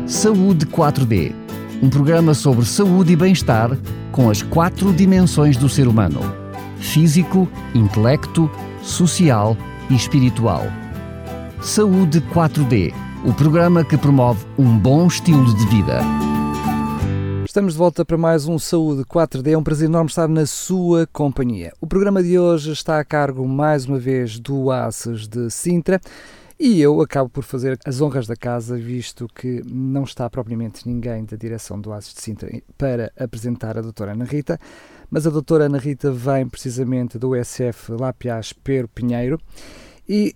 Saúde 4D, um programa sobre saúde e bem-estar com as 4 dimensões do ser humano: físico, intelecto, social e espiritual. Saúde 4D, o programa que promove um bom estilo de vida. Estamos de volta para mais um Saúde 4D. É um prazer enorme estar na sua companhia. O programa de hoje está a cargo, mais uma vez, do ACES de Sintra. E eu acabo por fazer as honras da casa, visto que não está propriamente ninguém da direção do ACES de Sintra para apresentar a doutora Ana Rita, mas a doutora Ana Rita vem precisamente do USF Lapiaz Pero Pinheiro e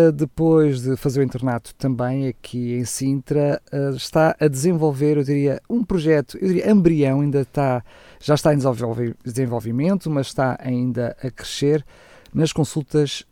depois de fazer o internato também aqui em Sintra, está a desenvolver, eu diria, um projeto, embrião, já está em desenvolvimento, mas está ainda a crescer nas consultas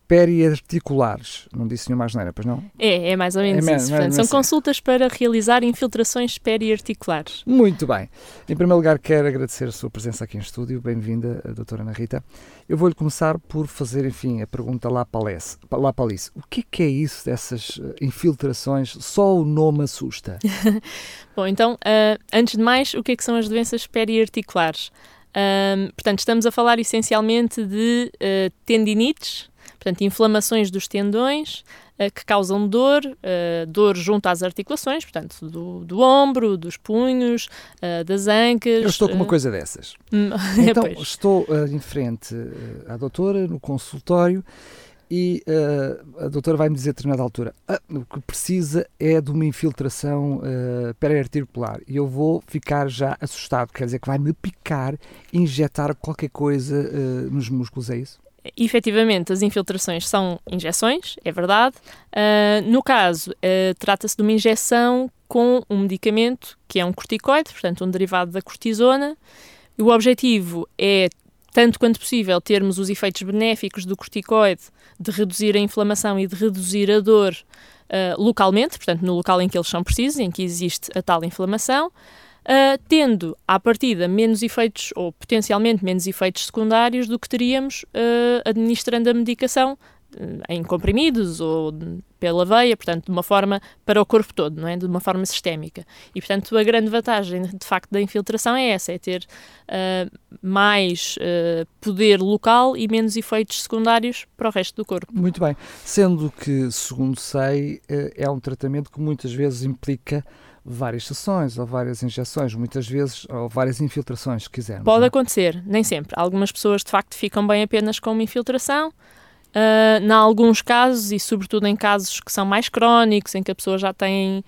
periarticulares. Não disse nenhuma asneira, pois não? É mais ou menos isso. Portanto, são consultas para realizar infiltrações periarticulares. Muito bem. Em primeiro lugar, quero agradecer a sua presença aqui em estúdio. Bem-vinda, a doutora Ana Rita. Eu vou-lhe começar por fazer, enfim, a pergunta lá para Alice. O que é isso dessas infiltrações? Só o nome assusta. Bom, então, antes de mais, o que é que são as doenças periarticulares? Portanto, estamos a falar essencialmente de tendinites, portanto, inflamações dos tendões que causam dor junto às articulações, portanto, do ombro, dos punhos, das ancas. Eu estou com uma coisa dessas. Então, estou em frente à doutora, no consultório, e a doutora vai-me dizer a determinada altura, o que precisa é de uma infiltração periarticular, e eu vou ficar já assustado, quer dizer que vai-me picar e injetar qualquer coisa nos músculos, é isso? Efetivamente, as infiltrações são injeções, é verdade. No caso, trata-se de uma injeção com um medicamento que é um corticoide, portanto um derivado da cortisona. E o objetivo é, tanto quanto possível, termos os efeitos benéficos do corticoide de reduzir a inflamação e de reduzir a dor localmente, portanto no local em que eles são precisos, em que existe a tal inflamação, tendo, à partida, menos efeitos, ou potencialmente menos efeitos secundários do que teríamos administrando a medicação em comprimidos ou pela veia, portanto, de uma forma para o corpo todo, não é? De uma forma sistémica. E, portanto, a grande vantagem, de facto, da infiltração é essa, é ter mais poder local e menos efeitos secundários para o resto do corpo. Muito bem. Sendo que, segundo sei, é um tratamento que muitas vezes implica várias sessões ou várias injeções, muitas vezes, ou várias infiltrações, se quisermos. Pode acontecer, nem sempre. Algumas pessoas, de facto, ficam bem apenas com uma infiltração. Em alguns casos, e sobretudo em casos que são mais crónicos, em que a pessoa já tem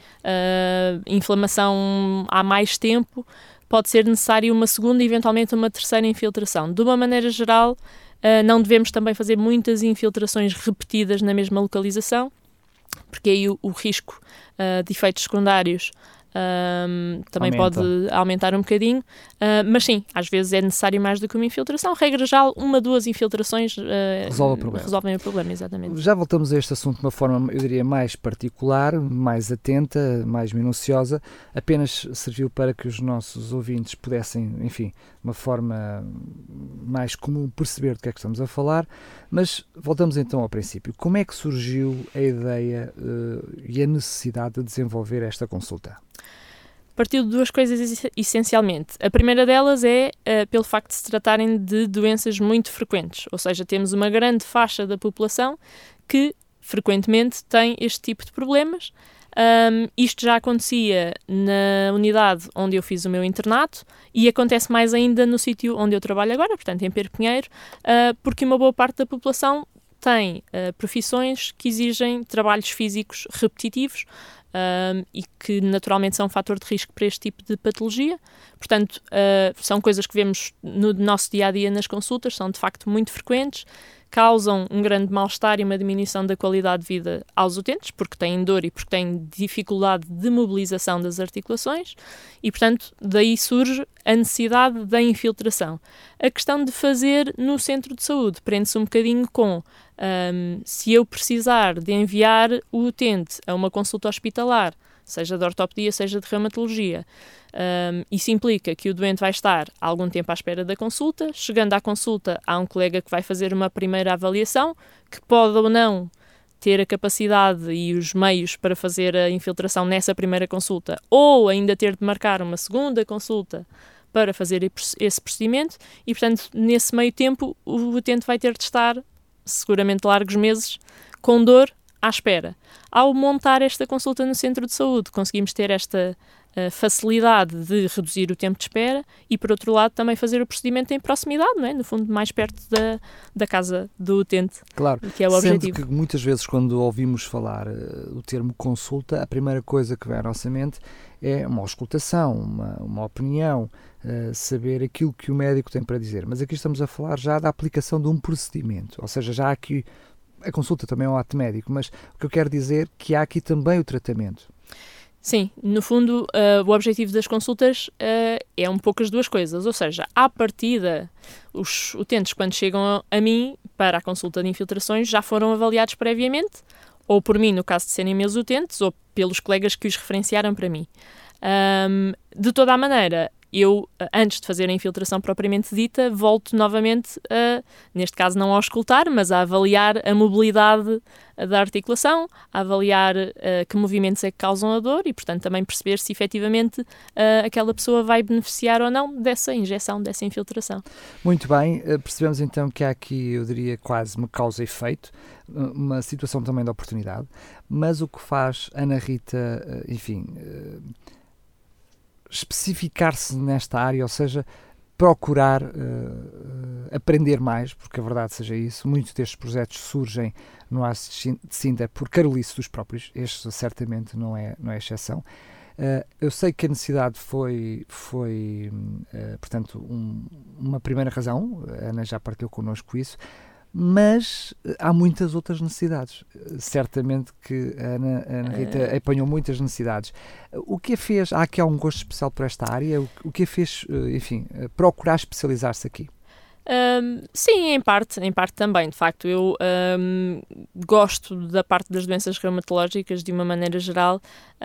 inflamação há mais tempo, pode ser necessário uma segunda e eventualmente uma terceira infiltração. De uma maneira geral, não devemos também fazer muitas infiltrações repetidas na mesma localização, porque aí o risco de efeitos secundários também pode aumentar um bocadinho, mas sim, às vezes é necessário mais do que uma infiltração. Regra geral, 1, 2 infiltrações resolvem o problema, exatamente. Já voltamos a este assunto de uma forma, eu diria, mais particular, mais atenta, mais minuciosa. Apenas serviu para que os nossos ouvintes pudessem, enfim, de uma forma mais comum, perceber do que é que estamos a falar. Mas voltamos então ao princípio. Como é que surgiu a ideia e a necessidade de desenvolver esta consulta? Partiu de 2 coisas essencialmente. A primeira delas é pelo facto de se tratarem de doenças muito frequentes, ou seja, temos uma grande faixa da população que frequentemente tem este tipo de problemas. Isto já acontecia na unidade onde eu fiz o meu internato e acontece mais ainda no sítio onde eu trabalho agora, portanto em Pero Pinheiro, porque uma boa parte da população tem profissões que exigem trabalhos físicos repetitivos, e que naturalmente são um fator de risco para este tipo de patologia. Portanto, são coisas que vemos no nosso dia-a-dia nas consultas, são de facto muito frequentes, causam um grande mal-estar e uma diminuição da qualidade de vida aos utentes, porque têm dor e porque têm dificuldade de mobilização das articulações e, portanto, daí surge a necessidade da infiltração. A questão de fazer no centro de saúde prende-se um bocadinho com se eu precisar de enviar o utente a uma consulta hospitalar, seja de ortopedia, seja de reumatologia, isso implica que o doente vai estar algum tempo à espera da consulta. Chegando à consulta, há um colega que vai fazer uma primeira avaliação, que pode ou não ter a capacidade e os meios para fazer a infiltração nessa primeira consulta, ou ainda ter de marcar uma segunda consulta para fazer esse procedimento, e, portanto, nesse meio tempo, o utente vai ter de estar, seguramente largos meses, com dor à espera. Ao montar esta consulta no centro de saúde, conseguimos ter esta facilidade de reduzir o tempo de espera e, por outro lado, também fazer o procedimento em proximidade, não é? No fundo, mais perto da casa do utente, claro, que é o objetivo. Sendo que muitas vezes, quando ouvimos falar o termo consulta, a primeira coisa que vem à nossa mente é uma auscultação, uma opinião, saber aquilo que o médico tem para dizer. Mas aqui estamos a falar já da aplicação de um procedimento, ou seja, já há aqui, a consulta também é um ato médico, mas o que eu quero dizer é que há aqui também o tratamento. Sim, no fundo, o objetivo das consultas é um pouco as duas coisas, ou seja, à partida, os utentes, quando chegam a mim para a consulta de infiltrações, já foram avaliados previamente, ou por mim, no caso de serem meus utentes, ou pelos colegas que os referenciaram para mim. De toda a maneira, eu, antes de fazer a infiltração propriamente dita, volto novamente a, neste caso não a auscultar, mas a avaliar a mobilidade da articulação, a avaliar que movimentos é que causam a dor e, portanto, também perceber se efetivamente aquela pessoa vai beneficiar ou não dessa injeção, dessa infiltração. Muito bem, percebemos então que há aqui, eu diria, quase uma causa e efeito, uma situação também de oportunidade, mas o que faz Ana Rita, enfim, especificar-se nesta área, ou seja, procurar aprender mais, porque a verdade seja isso, muitos destes projetos surgem no ACES de Sintra por carolice dos próprios, este certamente não é exceção. Eu sei que a necessidade foi portanto, uma primeira razão, a Ana já partilhou connosco isso, mas há muitas outras necessidades. Certamente que a Ana Rita apanhou muitas necessidades. O que a fez, há aqui algum gosto especial por esta área? O que a fez, enfim, procurar especializar-se aqui? Sim, em parte também. De facto, eu gosto da parte das doenças reumatológicas de uma maneira geral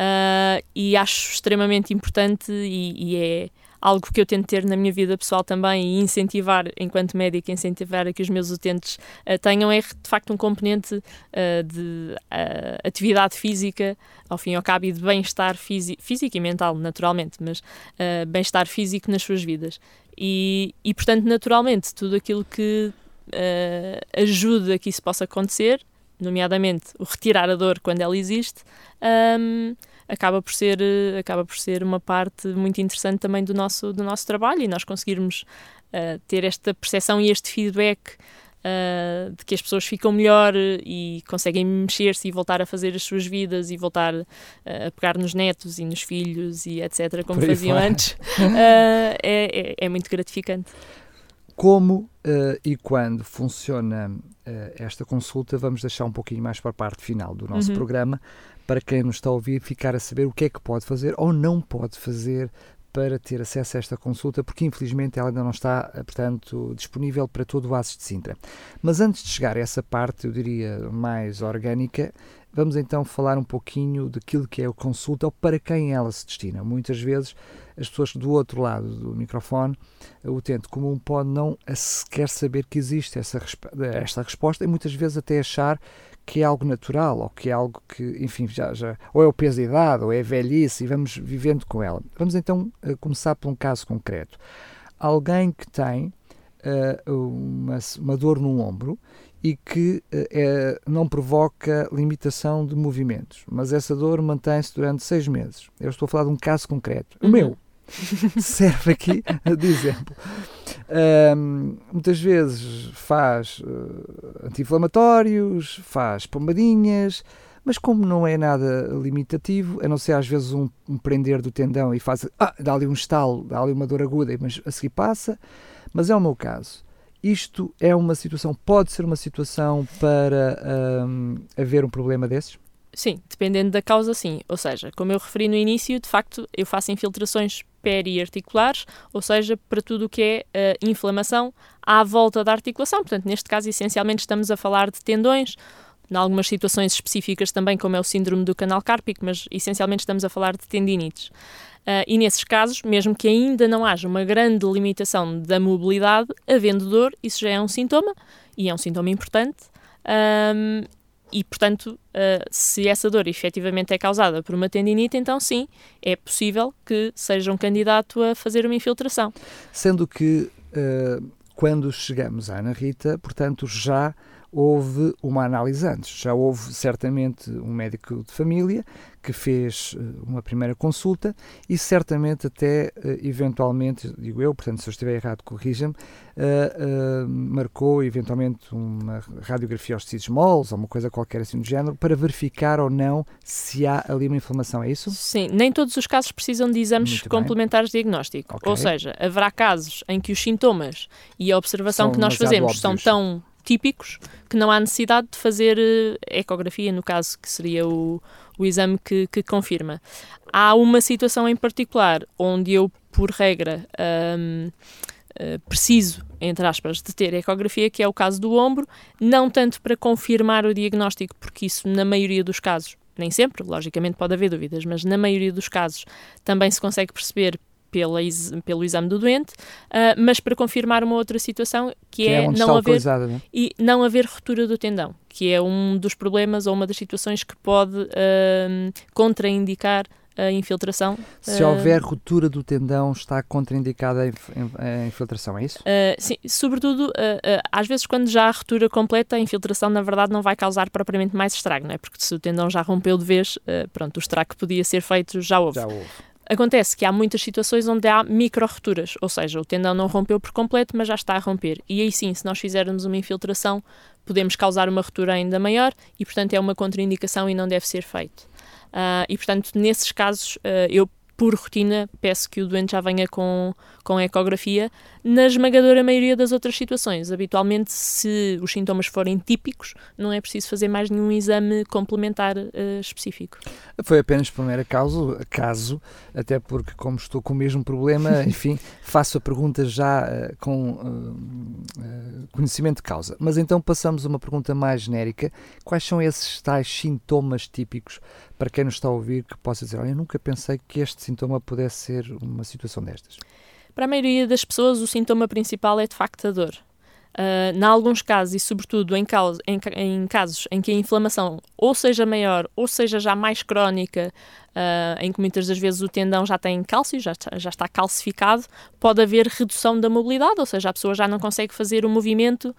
e acho extremamente importante e é algo que eu tento ter na minha vida pessoal também e incentivar, enquanto médica, incentivar a que os meus utentes tenham de facto um componente de atividade física, ao fim e ao cabo, e de bem-estar físico e mental, naturalmente, mas bem-estar físico nas suas vidas. E, portanto, naturalmente, tudo aquilo que ajuda a que isso possa acontecer, nomeadamente o retirar a dor quando ela existe, acaba por ser uma parte muito interessante também do nosso trabalho, e nós conseguirmos ter esta percepção e este feedback de que as pessoas ficam melhor e conseguem mexer-se e voltar a fazer as suas vidas e voltar a pegar nos netos e nos filhos e etc., como faziam antes, é muito gratificante. Como e quando funciona esta consulta, vamos deixar um pouquinho mais para a parte final do nosso programa, para quem nos está a ouvir ficar a saber o que é que pode fazer ou não pode fazer para ter acesso a esta consulta, porque infelizmente ela ainda não está, portanto, disponível para todo o ACES de Sintra. Mas antes de chegar a essa parte, eu diria, mais orgânica, vamos então falar um pouquinho daquilo que é a consulta ou para quem ela se destina. Muitas vezes as pessoas do outro lado do microfone, o utente comum pode não sequer saber que existe esta resposta e muitas vezes até achar que é algo natural, ou que é algo que, enfim, já ou é o peso da idade, ou é a velhice, e vamos vivendo com ela. Vamos então começar por um caso concreto. Alguém que tem uma dor no ombro e que não provoca limitação de movimentos, mas essa dor mantém-se durante 6 meses. Eu estou a falar de um caso concreto. O meu serve aqui de exemplo. Muitas vezes faz anti-inflamatórios, faz pomadinhas, mas como não é nada limitativo, a não ser às vezes um prender do tendão e faz, dá ali um estalo, dá ali uma dor aguda, mas a seguir passa, mas é o meu caso. Isto é uma situação, pode ser uma situação para haver um problema desses? Sim, dependendo da causa, sim. Ou seja, como eu referi no início, de facto, eu faço infiltrações periarticulares, ou seja, para tudo o que é inflamação à volta da articulação. Portanto, neste caso, essencialmente, estamos a falar de tendões, em algumas situações específicas também, como é o síndrome do canal cárpico, mas essencialmente estamos a falar de tendinites. E nesses casos, mesmo que ainda não haja uma grande limitação da mobilidade, havendo dor, isso já é um sintoma, e é um sintoma importante. E, portanto, se essa dor efetivamente é causada por uma tendinite, então sim, é possível que seja um candidato a fazer uma infiltração. Sendo que, quando chegamos à Ana Rita, portanto, já houve uma análise antes, já houve certamente um médico de família que fez uma primeira consulta e certamente até, eventualmente, digo eu, portanto, se eu estiver errado, corrija-me, marcou eventualmente uma radiografia aos tecidos moles ou uma coisa qualquer assim do género para verificar ou não se há ali uma inflamação, é isso? Sim, nem todos os casos precisam de exames complementares de diagnóstico. Okay. Ou seja, haverá casos em que os sintomas e a observação que nós fazemos são tão típicos que não há necessidade de fazer ecografia, no caso, que seria o exame que confirma. Há uma situação em particular onde eu, por regra, preciso, entre aspas, de ter ecografia, que é o caso do ombro, não tanto para confirmar o diagnóstico, porque isso, na maioria dos casos, nem sempre, logicamente pode haver dúvidas, mas na maioria dos casos também se consegue perceber pelo exame do doente, mas para confirmar uma outra situação que é não haver ruptura do tendão, que é um dos problemas ou uma das situações que pode contraindicar a infiltração. Se houver ruptura do tendão, está contraindicada a infiltração, é isso? Sim, sobretudo, às vezes quando já há ruptura completa, a infiltração na verdade não vai causar propriamente mais estrago, não é? Porque se o tendão já rompeu de vez, pronto, o estrago que podia ser feito já houve. Acontece que há muitas situações onde há micro-rupturas, ou seja, o tendão não rompeu por completo, mas já está a romper. E aí sim, se nós fizermos uma infiltração, podemos causar uma ruptura ainda maior e, portanto, é uma contraindicação e não deve ser feito. E, portanto, nesses casos, eu, por rotina, peço que o doente já venha com ecografia. Na esmagadora maioria das outras situações, habitualmente, se os sintomas forem típicos, não é preciso fazer mais nenhum exame complementar específico. Foi apenas por mero caso, até porque, como estou com o mesmo problema, enfim, faço a pergunta já com conhecimento de causa. Mas então passamos a uma pergunta mais genérica. Quais são esses tais sintomas típicos para quem nos está a ouvir que possa dizer, olha, eu nunca pensei que este sintoma pudesse ser uma situação destas? Para a maioria das pessoas, o sintoma principal é de facto a dor. Em alguns casos, e sobretudo em casos em que a inflamação ou seja maior ou seja já mais crónica, em que muitas das vezes o tendão já tem cálcio, já está calcificado, pode haver redução da mobilidade, ou seja, a pessoa já não consegue fazer o movimento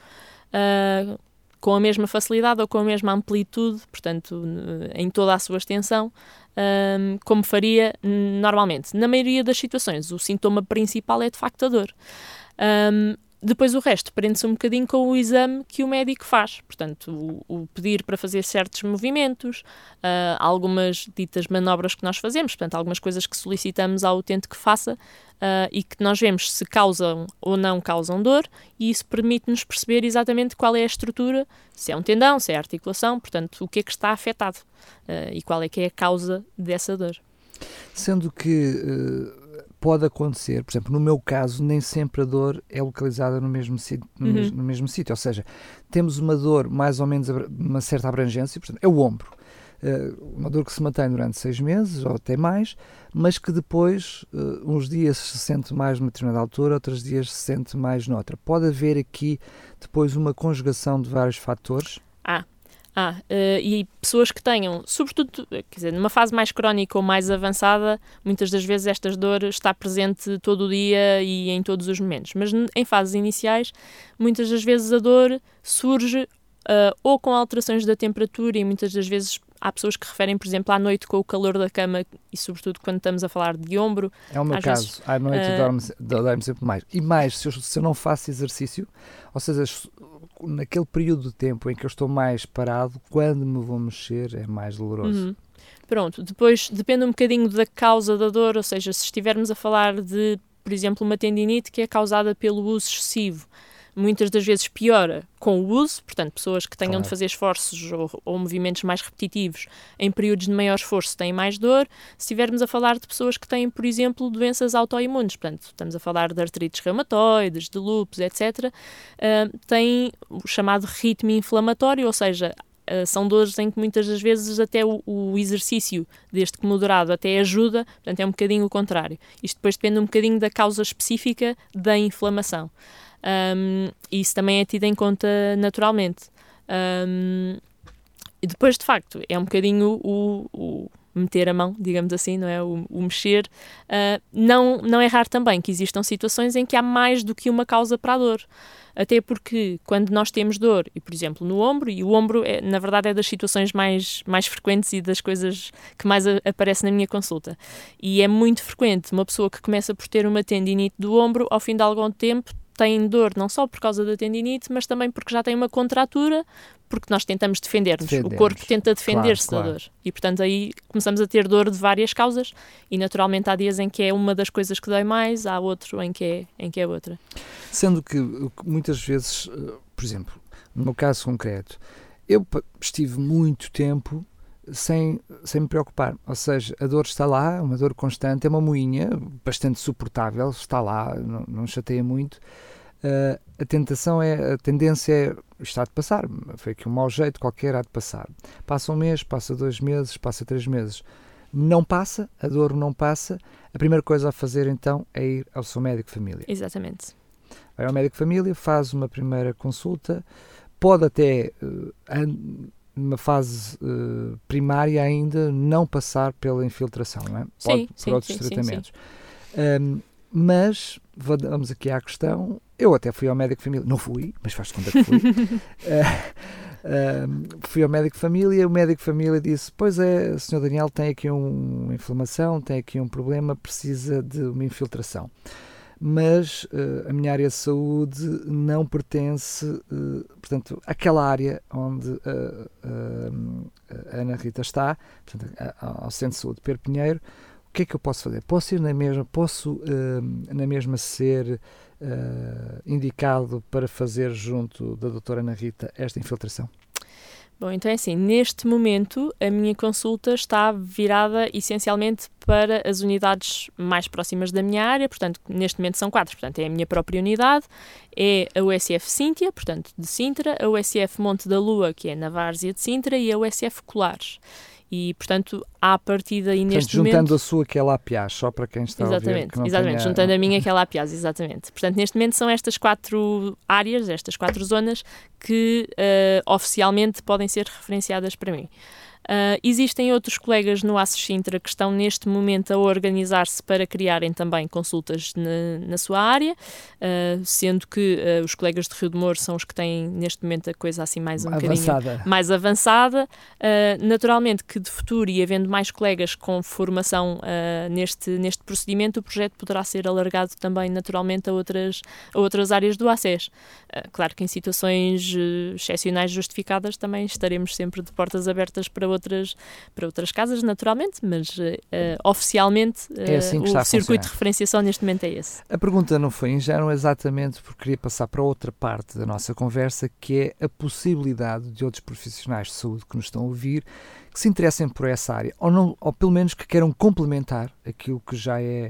com a mesma facilidade ou com a mesma amplitude, portanto, em toda a sua extensão, como faria normalmente. Na maioria das situações, o sintoma principal é de facto a dor. Depois o resto prende-se um bocadinho com o exame que o médico faz. Portanto, o pedir para fazer certos movimentos, algumas ditas manobras que nós fazemos, portanto, algumas coisas que solicitamos ao utente que faça e que nós vemos se causam ou não causam dor, e isso permite-nos perceber exatamente qual é a estrutura, se é um tendão, se é a articulação, portanto, o que é que está afetado e qual é que é a causa dessa dor. Sendo que pode acontecer, por exemplo, no meu caso, nem sempre a dor é localizada no mesmo sítio, no mesmo sítio, ou seja, temos uma dor mais ou menos uma certa abrangência, portanto, é o ombro, uma dor que se mantém durante 6 meses ou até mais, mas que depois, uns dias se sente mais numa determinada altura, outros dias se sente mais noutra. Pode haver aqui depois uma conjugação de vários fatores? E pessoas que tenham, sobretudo, quer dizer, numa fase mais crónica ou mais avançada, muitas das vezes esta dor está presente todo o dia e em todos os momentos. Mas em fases iniciais, muitas das vezes a dor surge ou com alterações da temperatura, e muitas das vezes há pessoas que referem, por exemplo, à noite com o calor da cama, e sobretudo quando estamos a falar de ombro. É o meu caso, à noite dói-me sempre mais. E mais, se eu não faço exercício, ou seja, naquele período de tempo em que eu estou mais parado, quando me vou mexer é mais doloroso. Pronto, depois depende um bocadinho da causa da dor, ou seja, se estivermos a falar de, por exemplo, uma tendinite que é causada pelo uso excessivo, muitas das vezes piora com o uso, portanto, pessoas que tenham de fazer esforços ou movimentos mais repetitivos em períodos de maior esforço têm mais dor. Se estivermos a falar de pessoas que têm, por exemplo, doenças autoimunes, portanto, estamos a falar de artrites reumatoides, de lúpus, etc., têm o chamado ritmo inflamatório, ou seja, são dores em que muitas das vezes até o exercício, desde que moderado, até ajuda, portanto, é um bocadinho o contrário. Isto depois depende um bocadinho da causa específica da inflamação. Isso também é tido em conta naturalmente. E depois, de facto, é um bocadinho o meter a mão, digamos assim, não é? O mexer. Não é raro também que existam situações em que há mais do que uma causa para a dor. Até porque quando nós temos dor, e por exemplo no ombro, e o ombro na verdade é das situações mais frequentes e das coisas que mais aparece na minha consulta. E é muito frequente uma pessoa que começa por ter uma tendinite do ombro, ao fim de algum tempo tem dor não só por causa da tendinite, mas também porque já tem uma contratura, porque nós tentamos defender-nos. O corpo tenta defender-se da dor. E, portanto, aí começamos a ter dor de várias causas e, naturalmente, há dias em que é uma das coisas que dói mais, há outro em que é outra. Sendo que, muitas vezes, por exemplo, no meu caso concreto, eu estive muito tempo sem me preocupar. Ou seja, a dor está lá, uma dor constante, é uma moinha bastante suportável, está lá, não chateia muito. A tendência é, está de passar, foi aqui um mau jeito qualquer, há de passar. Passa um mês, passa 2 meses, passa 3 meses. Não passa, a dor não passa, a primeira coisa a fazer então é ir ao seu médico de família. Exatamente. Vai ao médico de família, faz uma primeira consulta, pode até, numa fase primária ainda, não passar pela infiltração, não é? Pode por outros tratamentos. Sim. Mas, vamos aqui à questão, eu até fui ao médico de família, não fui, mas faz-te conta que fui. Fui ao médico de família, o médico de família disse, pois é, o Sr. Daniel tem aqui uma inflamação, tem aqui um problema, precisa de uma infiltração. Mas a minha área de saúde não pertence, portanto, àquela área onde a Ana Rita está, portanto, ao Centro de Saúde Pedro Pinheiro. O que é que eu posso fazer? Posso ir na mesma ser indicado para fazer junto da doutora Ana Rita esta infiltração? Bom, então é assim, neste momento a minha consulta está virada essencialmente para as unidades mais próximas da minha área, portanto, neste momento são 4, portanto, é a minha própria unidade, é a USF Cíntia, portanto, de Sintra, a USF Monte da Lua, que é na Várzea de Sintra, e a USF Colares. E, portanto, à partida e neste momento... Juntando a sua, que é lá Piaz, só para quem está a ver. Exatamente, juntando a minha, que é lá Piaz, exatamente. Portanto, neste momento são estas 4 áreas, estas 4 zonas que oficialmente podem ser referenciadas para mim. Existem outros colegas no ACES Sintra que estão neste momento a organizar-se para criarem também consultas na sua área, sendo que os colegas de Rio de Moro são os que têm neste momento a coisa assim mais bocadinho mais avançada. Naturalmente que de futuro, e havendo mais colegas com formação neste procedimento, o projeto poderá ser alargado também naturalmente a outras áreas do ACES. Claro que em situações excepcionais justificadas também estaremos sempre de portas abertas para outras casas, naturalmente, mas oficialmente é assim que o circuito de referenciação neste momento é esse. A pergunta não foi ingênua, exatamente porque queria passar para outra parte da nossa conversa, que é a possibilidade de outros profissionais de saúde que nos estão a ouvir, que se interessem por essa área, ou pelo menos que queiram complementar aquilo que já é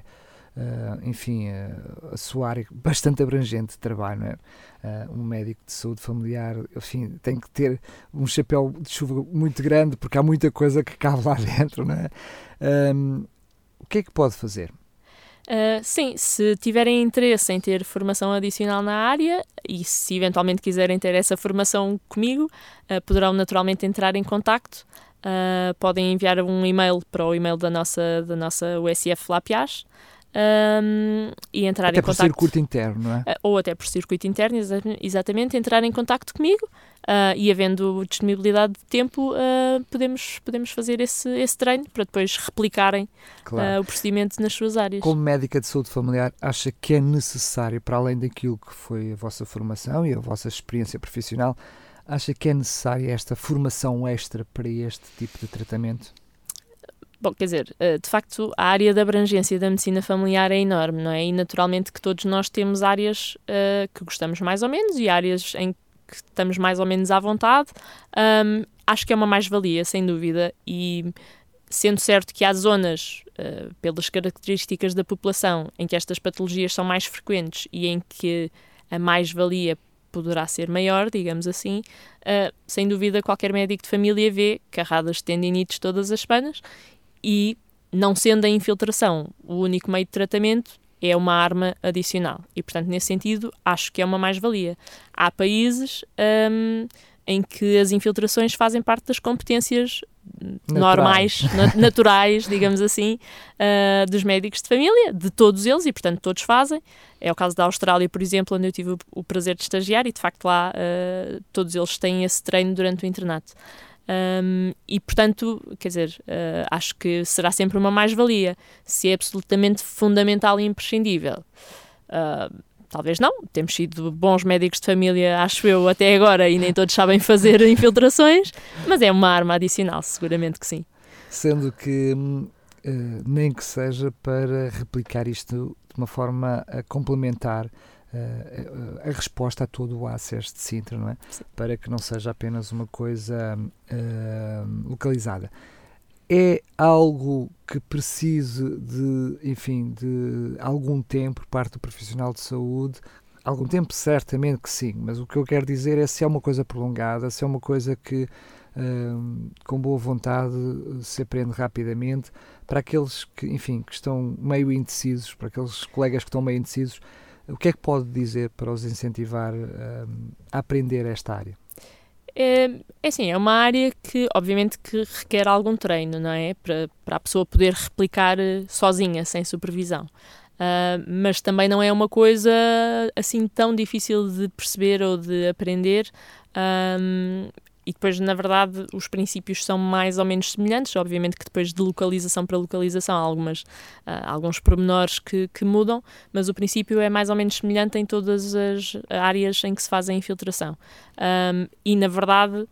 a sua área bastante abrangente de trabalho, não é? Um médico de saúde familiar, enfim, tem que ter um chapéu de chuva muito grande, porque há muita coisa que cabe lá dentro, não é? O que é que pode fazer? Sim, se tiverem interesse em ter formação adicional na área e se eventualmente quiserem ter essa formação comigo, poderão naturalmente entrar em contacto. Podem enviar um e-mail para o e-mail da nossa USF Lapiaz. E entrar até em contacto. Até por circuito interno, não é? Ou até por circuito interno, exatamente, entrar em contacto comigo e havendo disponibilidade de tempo podemos fazer esse treino para depois replicarem o procedimento nas suas áreas. Como médica de saúde familiar, acha que é necessário, para além daquilo que foi a vossa formação e a vossa experiência profissional, acha que é necessária esta formação extra para este tipo de tratamento? Bom, quer dizer, de facto, a área de abrangência da medicina familiar é enorme, não é? E naturalmente que todos nós temos áreas que gostamos mais ou menos e áreas em que estamos mais ou menos à vontade. Acho que é uma mais-valia, sem dúvida, e sendo certo que há zonas, pelas características da população, em que estas patologias são mais frequentes e em que a mais-valia poderá ser maior, digamos assim, sem dúvida qualquer médico de família vê carradas de tendinites todas as semanas. E, não sendo a infiltração o único meio de tratamento, é uma arma adicional. E, portanto, nesse sentido, acho que é uma mais-valia. Há países em que as infiltrações fazem parte das competências normais, naturais, digamos assim, dos médicos de família, de todos eles, e portanto todos fazem. É o caso da Austrália, por exemplo, onde eu tive o prazer de estagiar, e de facto lá todos eles têm esse treino durante o internato. E portanto, quer dizer, acho que será sempre uma mais-valia. Se é absolutamente fundamental e imprescindível, talvez não. Temos sido bons médicos de família, acho eu, até agora, e nem todos sabem fazer infiltrações, mas é uma arma adicional, seguramente que sim. Sendo que nem que seja para replicar isto de uma forma a complementar a resposta a todo o ACES de Sintra, não é? Sim. Para que não seja apenas uma coisa localizada. É algo que precise de algum tempo por parte do profissional de saúde? Algum tempo, certamente que sim, mas o que eu quero dizer é se é uma coisa prolongada, se é uma coisa que, com boa vontade, se aprende rapidamente, para aqueles que estão meio indecisos, para aqueles colegas que estão meio indecisos, o que é que pode dizer para os incentivar a aprender esta área? É uma área que, obviamente, que requer algum treino, não é? Para a pessoa poder replicar sozinha, sem supervisão. Mas também não é uma coisa assim tão difícil de perceber ou de aprender. E depois, na verdade, os princípios são mais ou menos semelhantes. Obviamente que depois de localização para localização há alguns pormenores que mudam, mas o princípio é mais ou menos semelhante em todas as áreas em que se faz a infiltração. E, na verdade,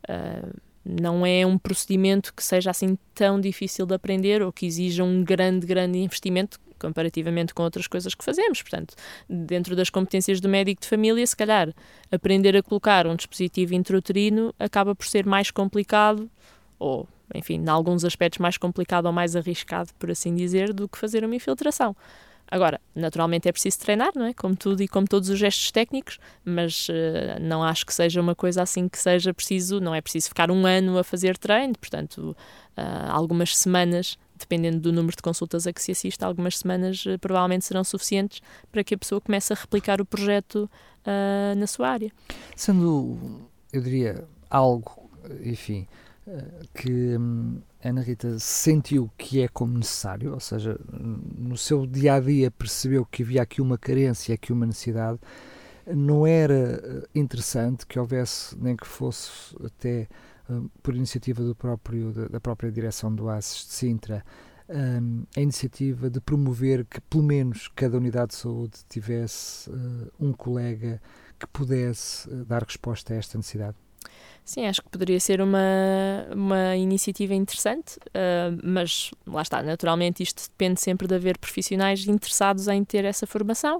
não é um procedimento que seja assim tão difícil de aprender ou que exija um grande investimento comparativamente com outras coisas que fazemos. Portanto, dentro das competências do médico de família, se calhar aprender a colocar um dispositivo intrauterino acaba por ser mais complicado ou, enfim, em alguns aspectos mais complicado ou mais arriscado, por assim dizer, do que fazer uma infiltração. Agora, naturalmente é preciso treinar, não é? Como tudo e como todos os gestos técnicos, mas não acho que seja uma coisa assim que seja preciso, não é preciso ficar 1 ano a fazer treino, portanto, algumas semanas, dependendo do número de consultas a que se assiste, algumas semanas provavelmente serão suficientes para que a pessoa comece a replicar o projeto na sua área. Sendo, eu diria, algo, enfim, que a Ana Rita sentiu que é como necessário, ou seja, no seu dia-a-dia percebeu que havia aqui uma carência, aqui uma necessidade, não era interessante que houvesse, nem que fosse até por iniciativa da própria direção do ACES de Sintra, a iniciativa de promover que pelo menos cada unidade de saúde tivesse um colega que pudesse dar resposta a esta necessidade? Sim, acho que poderia ser uma iniciativa interessante, mas lá está, naturalmente isto depende sempre de haver profissionais interessados em ter essa formação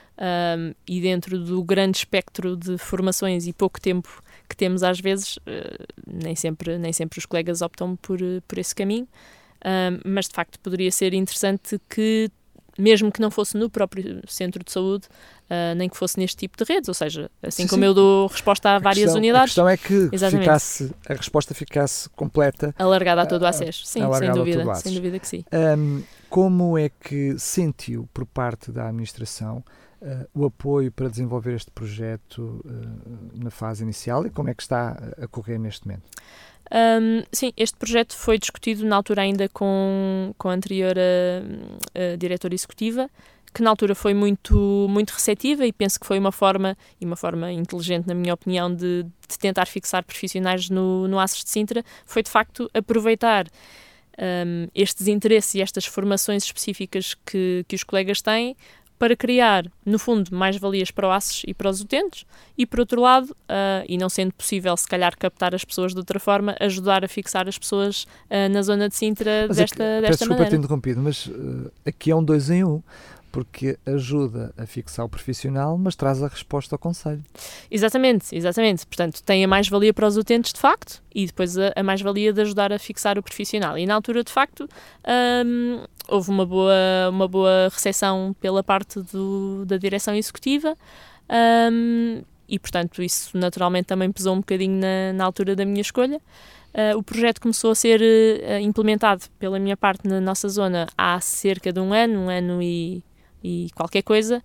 e dentro do grande espectro de formações e pouco tempo que temos às vezes, nem sempre os colegas optam por esse caminho, mas de facto poderia ser interessante que, mesmo que não fosse no próprio centro de saúde, nem que fosse neste tipo de redes, ou seja, assim como eu dou resposta a várias unidades. A questão é que a resposta ficasse completa. Alargada a todo o ACES, sim, sem dúvida que sim. Como é que sentiu por parte da administração o apoio para desenvolver este projeto na fase inicial e como é que está a correr neste momento? Sim, este projeto foi discutido na altura ainda com a anterior diretora executiva, que na altura foi muito receptiva e penso que foi uma forma inteligente, na minha opinião, de tentar fixar profissionais no ACES de Sintra, foi de facto aproveitar estes interesses e estas formações específicas que os colegas têm para criar, no fundo, mais-valias para o ACES e para os utentes e, por outro lado, e não sendo possível, se calhar, captar as pessoas de outra forma, ajudar a fixar as pessoas na zona de Sintra desta maneira. Desculpa ter interrompido, mas aqui é um 2 em 1, porque ajuda a fixar o profissional, mas traz a resposta ao conselho. Exatamente. Portanto, tem a mais-valia para os utentes, de facto, e depois a mais-valia de ajudar a fixar o profissional. E na altura, de facto, houve uma boa recepção pela parte da direção executiva e, portanto, isso naturalmente também pesou um bocadinho na altura da minha escolha. O projeto começou a ser implementado pela minha parte na nossa zona há cerca de um ano e e qualquer coisa,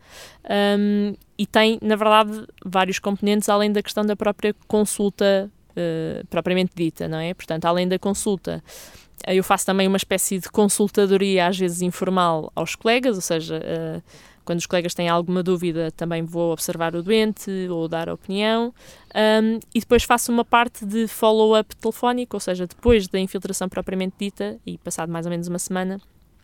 e tem, na verdade, vários componentes além da questão da própria consulta propriamente dita, não é? Portanto, além da consulta, eu faço também uma espécie de consultadoria, às vezes informal, aos colegas, ou seja, quando os colegas têm alguma dúvida, também vou observar o doente ou dar opinião, e depois faço uma parte de follow-up telefónico, ou seja, depois da infiltração propriamente dita, e passado mais ou menos uma semana,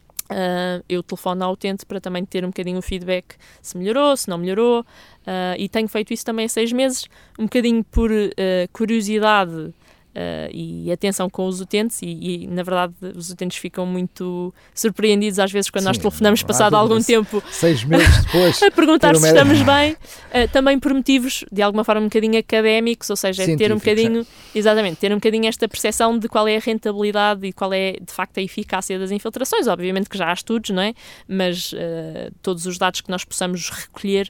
eu telefono ao utente para também ter um bocadinho o feedback, se melhorou, se não melhorou, e tenho feito isso também há 6 meses, um bocadinho por curiosidade e atenção com os utentes, e na verdade os utentes ficam muito surpreendidos às vezes quando nós telefonamos passado algum tempo 6 meses depois a perguntar se estamos bem, também por motivos de alguma forma um bocadinho académicos, ou seja, ter um bocadinho, exatamente, ter um bocadinho esta percepção de qual é a rentabilidade e qual é de facto a eficácia das infiltrações. Obviamente que já há estudos, não é? Mas todos os dados que nós possamos recolher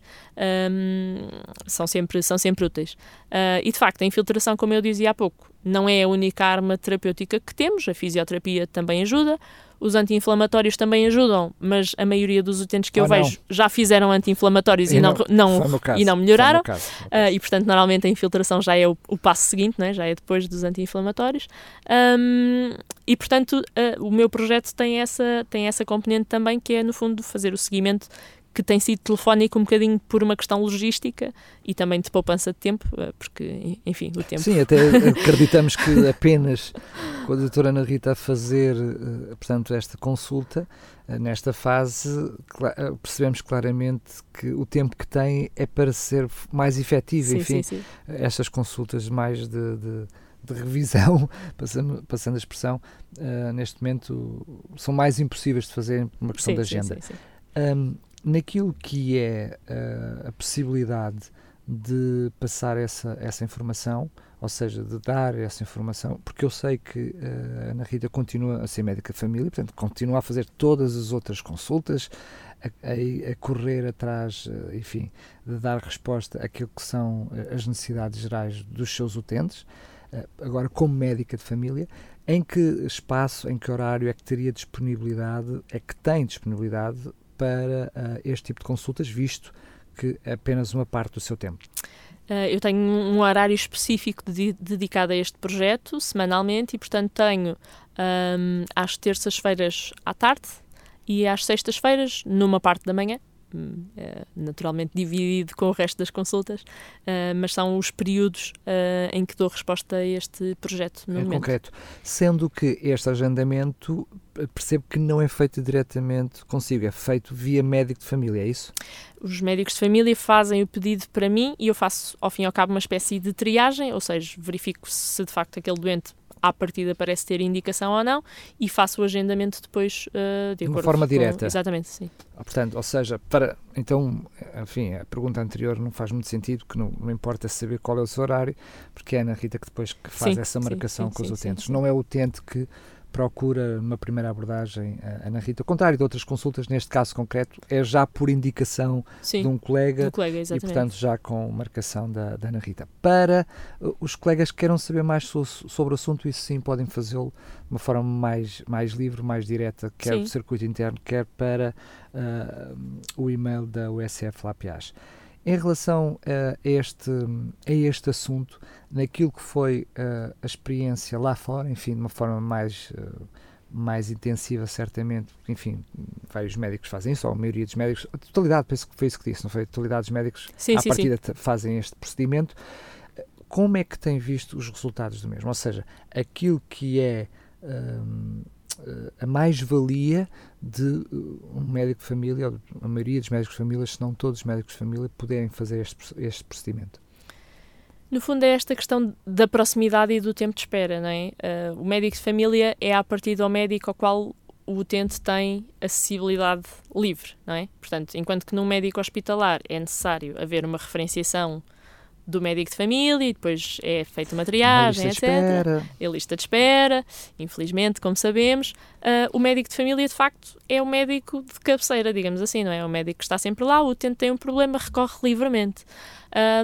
são sempre úteis. E de facto a infiltração, como eu dizia há pouco, não é a única arma terapêutica que temos, a fisioterapia também ajuda, os anti-inflamatórios também ajudam, mas a maioria dos utentes que eu vejo já fizeram anti-inflamatórios e não melhoraram, e portanto normalmente a infiltração já é o passo seguinte, não é? Já é depois dos anti-inflamatórios, e portanto o meu projeto tem essa componente também, que é no fundo fazer o seguimento, que tem sido telefónico um bocadinho por uma questão logística e também de poupança de tempo, porque, enfim, o tempo... Sim, até acreditamos que apenas com a doutora Ana Rita a fazer, portanto, esta consulta, nesta fase, percebemos claramente que o tempo que tem é para ser mais efetivo, sim, enfim, sim. Estas consultas mais de revisão, passando a expressão, neste momento são mais impossíveis de fazer por uma questão de agenda. Sim. Naquilo que é a possibilidade de passar essa informação, ou seja, de dar essa informação, porque eu sei que a Ana Rita continua a ser médica de família, portanto, continua a fazer todas as outras consultas, a correr atrás, enfim, de dar resposta àquilo que são as necessidades gerais dos seus utentes, agora como médica de família. Em que espaço, em que horário é que teria disponibilidade, tem disponibilidade para este tipo de consultas, visto que é apenas uma parte do seu tempo? Eu tenho um horário específico dedicado a este projeto, semanalmente, e portanto tenho às terças-feiras à tarde e às sextas-feiras numa parte da manhã, naturalmente dividido com o resto das consultas, mas são os períodos em que dou resposta a este projeto no momento. Concreto. Sendo que este agendamento, percebo que não é feito diretamente consigo, é feito via médico de família, é isso? Os médicos de família fazem o pedido para mim e eu faço, ao fim e ao cabo, uma espécie de triagem, ou seja, verifico se de facto aquele doente à partida parece ter indicação ou não, e faço o agendamento depois de acordo uma forma direta. Exatamente, sim. Portanto, ou seja, então, enfim, a pergunta anterior não faz muito sentido, que não importa saber qual é o seu horário, porque é a Ana Rita que depois faz essa marcação com os utentes. Não é o utente que procura numa primeira abordagem a Ana Rita. Ao contrário de outras consultas, neste caso concreto, é já por indicação de um colega, e, portanto, já com marcação da Ana Rita. Para os colegas que queiram saber mais sobre o assunto, isso sim, podem fazê-lo de uma forma mais livre, mais direta, quer do circuito interno, quer para o e-mail da USF Lapiage. Em relação a este assunto, naquilo que foi a experiência lá fora, enfim, de uma forma mais intensiva, certamente, porque, enfim, vários médicos fazem isso, ou a maioria dos médicos, a totalidade, penso que foi isso que disse, não foi? A totalidade dos médicos, à partida, fazem este procedimento. Como é que tem visto os resultados do mesmo? Ou seja, aquilo que é a mais-valia de um médico de família, ou a maioria dos médicos de família, se não todos os médicos de família, poderem fazer este procedimento? No fundo é esta questão da proximidade e do tempo de espera, não é? O médico de família é a partir do médico ao qual o utente tem acessibilidade livre, não é? Portanto, enquanto que num médico hospitalar é necessário haver uma referenciação do médico de família e depois é feita uma triagem, etc. A lista de espera, infelizmente, como sabemos, o médico de família, de facto, é o médico de cabeceira, digamos assim, não é? É o médico que está sempre lá, o utente tem um problema, recorre livremente.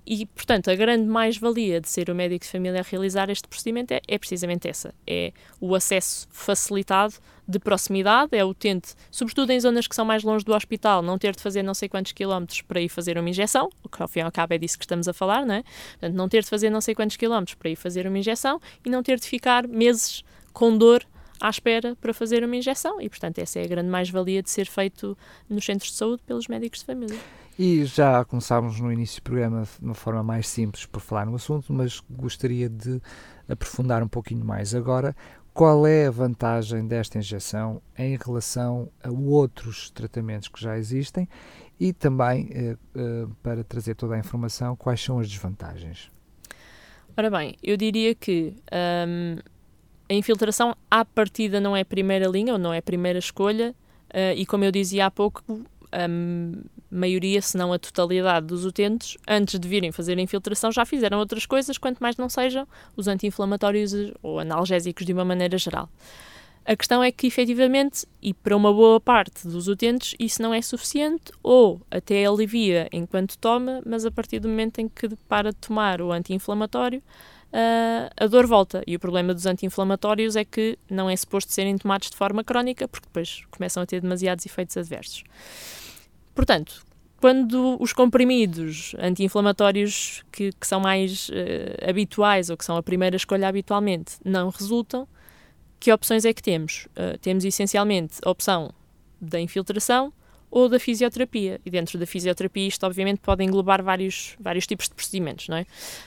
E, portanto, a grande mais-valia de ser o médico de família a realizar este procedimento é precisamente essa. É o acesso facilitado, de proximidade, é o utente, sobretudo em zonas que são mais longe do hospital, não ter de fazer não sei quantos quilómetros para ir fazer uma injeção, o que ao fim e ao cabo é disso que estamos a falar, não é? Portanto, não ter de fazer não sei quantos quilómetros para ir fazer uma injeção e não ter de ficar meses com dor à espera para fazer uma injeção. E, portanto, essa é a grande mais-valia de ser feito nos centros de saúde pelos médicos de família. E já começámos no início do programa de uma forma mais simples por falar no assunto, mas gostaria de aprofundar um pouquinho mais agora. Qual é a vantagem desta injeção em relação a outros tratamentos que já existem e também, para trazer toda a informação, quais são as desvantagens? Ora bem, eu diria que a infiltração à partida não é a primeira linha ou não é a primeira escolha e, como eu dizia há pouco, a maioria, se não a totalidade dos utentes, antes de virem fazer a infiltração, já fizeram outras coisas, quanto mais não sejam os anti-inflamatórios ou analgésicos de uma maneira geral. A questão é que, efetivamente, e para uma boa parte dos utentes, isso não é suficiente, ou até alivia enquanto toma, mas a partir do momento em que para de tomar o anti-inflamatório, a dor volta. E o problema dos anti-inflamatórios é que não é suposto serem tomados de forma crónica, porque depois começam a ter demasiados efeitos adversos. Portanto, quando os comprimidos anti-inflamatórios que são mais habituais ou que são a primeira escolha habitualmente não resultam, que opções é que temos? Temos essencialmente a opção da infiltração ou da fisioterapia. E dentro da fisioterapia isto obviamente pode englobar vários tipos de procedimentos, não é?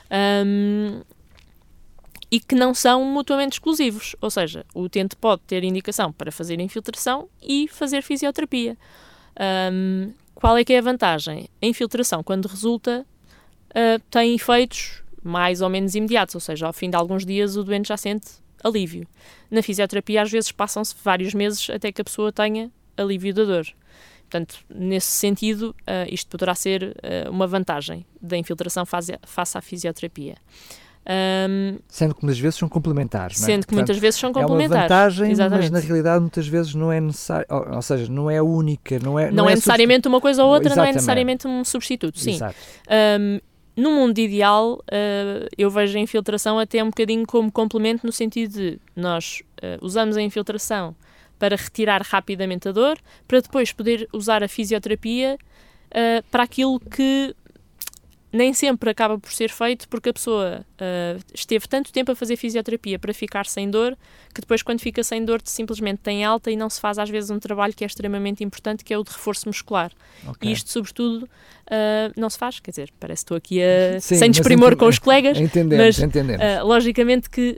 E que não são mutuamente exclusivos. Ou seja, o utente pode ter indicação para fazer infiltração e fazer fisioterapia. Qual é que é a vantagem? A infiltração, quando resulta, tem efeitos mais ou menos imediatos, ou seja, ao fim de alguns dias o doente já sente alívio. Na fisioterapia, às vezes, passam-se vários meses até que a pessoa tenha alívio da dor. Portanto, nesse sentido, isto poderá ser uma vantagem da infiltração face à fisioterapia. Sendo que muitas vezes são complementares, não é? Sendo que muitas vezes são complementares. É uma vantagem, exatamente. Mas na realidade muitas vezes não é necessário, ou seja, não é única. Não é necessariamente uma coisa ou outra, exatamente. Não é necessariamente um substituto, sim. Exato. No mundo ideal, eu vejo a infiltração até um bocadinho como complemento, no sentido de nós usamos a infiltração para retirar rapidamente a dor, para depois poder usar a fisioterapia para aquilo que nem sempre acaba por ser feito, porque a pessoa esteve tanto tempo a fazer fisioterapia para ficar sem dor, que depois quando fica sem dor simplesmente tem alta e não se faz às vezes um trabalho que é extremamente importante, que é o de reforço muscular. Okay. E isto sobretudo não se faz, quer dizer, parece que estou aqui sem desprimor com os colegas, entendemos. Logicamente que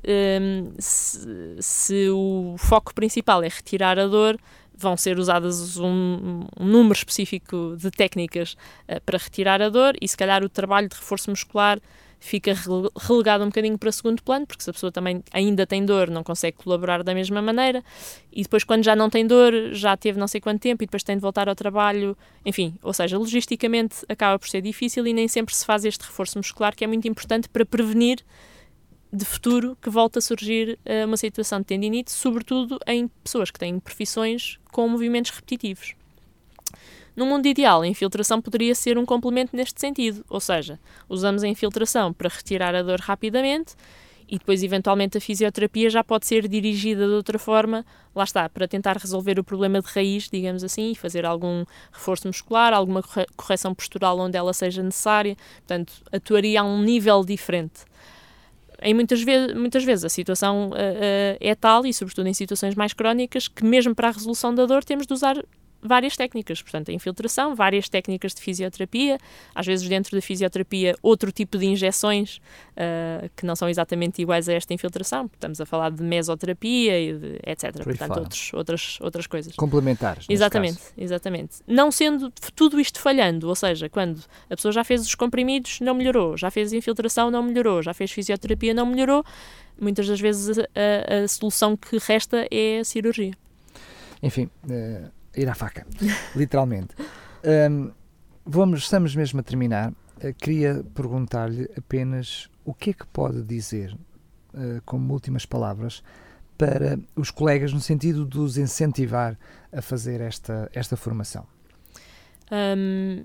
se o foco principal é retirar a dor, vão ser usadas um número específico de técnicas para retirar a dor e se calhar o trabalho de reforço muscular fica relegado um bocadinho para segundo plano, porque se a pessoa também ainda tem dor, não consegue colaborar da mesma maneira e depois quando já não tem dor, já teve não sei quanto tempo e depois tem de voltar ao trabalho, enfim, ou seja, logisticamente acaba por ser difícil e nem sempre se faz este reforço muscular que é muito importante para prevenir de futuro que volta a surgir uma situação de tendinite, sobretudo em pessoas que têm profissões com movimentos repetitivos. No mundo ideal, a infiltração poderia ser um complemento neste sentido, ou seja, usamos a infiltração para retirar a dor rapidamente e depois, eventualmente, a fisioterapia já pode ser dirigida de outra forma, lá está, para tentar resolver o problema de raiz, digamos assim, e fazer algum reforço muscular, alguma correção postural onde ela seja necessária, portanto, atuaria a um nível diferente. Muitas vezes a situação é tal, e sobretudo em situações mais crónicas, que mesmo para a resolução da dor temos de usar várias técnicas, portanto a infiltração, várias técnicas de fisioterapia, às vezes dentro da fisioterapia outro tipo de injeções que não são exatamente iguais a esta infiltração, estamos a falar de mesoterapia e de etc, portanto outras coisas. Complementares. Exatamente. Não sendo tudo isto falhando, ou seja, quando a pessoa já fez os comprimidos, não melhorou, já fez a infiltração, não melhorou, já fez fisioterapia, não melhorou, muitas das vezes a solução que resta é a cirurgia. Enfim, ir à faca, literalmente. Estamos mesmo a terminar. Queria perguntar-lhe apenas o que é que pode dizer, como últimas palavras, para os colegas no sentido de os incentivar a fazer esta formação.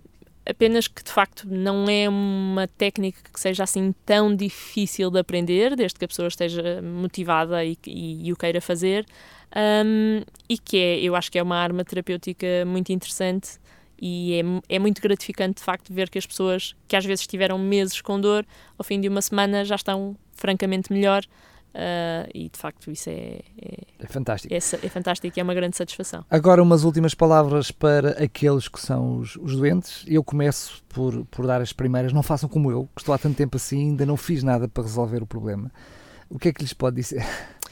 apenas que de facto não é uma técnica que seja assim tão difícil de aprender, desde que a pessoa esteja motivada e o queira fazer, e que eu acho que é uma arma terapêutica muito interessante. E é muito gratificante, de facto, ver que as pessoas que às vezes tiveram meses com dor, ao fim de uma semana já estão francamente melhor. E, de facto, isso é fantástico. É fantástico e é uma grande satisfação. Agora, umas últimas palavras para aqueles que são os doentes. Eu começo por dar as primeiras. Não façam como eu, que estou há tanto tempo assim, ainda não fiz nada para resolver o problema. O que é que lhes pode dizer?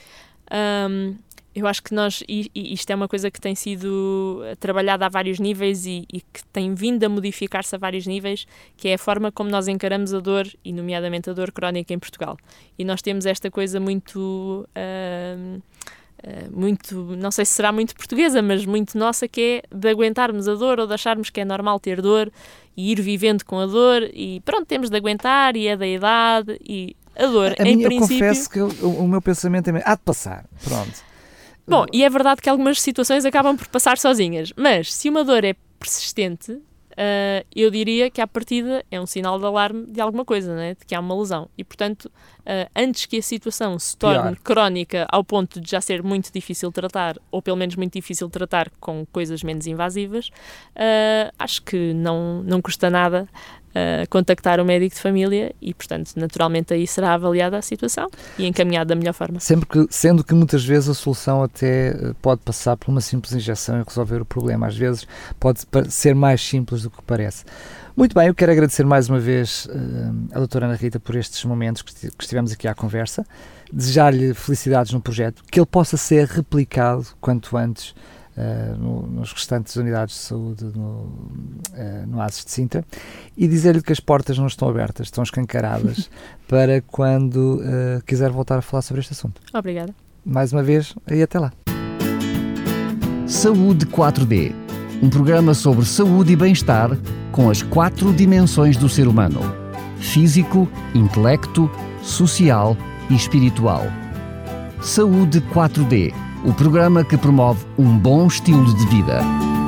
Eu acho que isto é uma coisa que tem sido trabalhada a vários níveis e que tem vindo a modificar-se a vários níveis, que é a forma como nós encaramos a dor, e nomeadamente a dor crónica em Portugal. E nós temos esta coisa muito, não sei se será muito portuguesa, mas muito nossa, que é de aguentarmos a dor ou de acharmos que é normal ter dor e ir vivendo com a dor e pronto, temos de aguentar e é da idade e a dor, em princípio... Eu confesso que o meu pensamento é há de passar, pronto. Bom, e é verdade que algumas situações acabam por passar sozinhas, mas se uma dor é persistente, eu diria que à partida é um sinal de alarme de alguma coisa, né? De que há uma lesão. E, portanto, antes que a situação se torne crónica ao ponto de já ser muito difícil de tratar, ou pelo menos muito difícil de tratar com coisas menos invasivas, acho que não custa nada contactar o médico de família e, portanto, naturalmente aí será avaliada a situação e encaminhada da melhor forma. Sendo que muitas vezes a solução até pode passar por uma simples injeção e resolver o problema. Às vezes pode ser mais simples do que parece. Muito bem, eu quero agradecer mais uma vez a doutora Ana Rita por estes momentos que estivemos aqui à conversa, desejar-lhe felicidades no projeto, que ele possa ser replicado quanto antes nos restantes unidades de saúde no ASES de Sintra, e dizer-lhe que as portas não estão abertas, estão escancaradas para quando quiser voltar a falar sobre este assunto. Obrigada. Mais uma vez, e até lá. Saúde 4D, um programa sobre saúde e bem-estar com as 4 dimensões do ser humano: físico, intelecto, social e espiritual. Saúde 4D, o programa que promove um bom estilo de vida.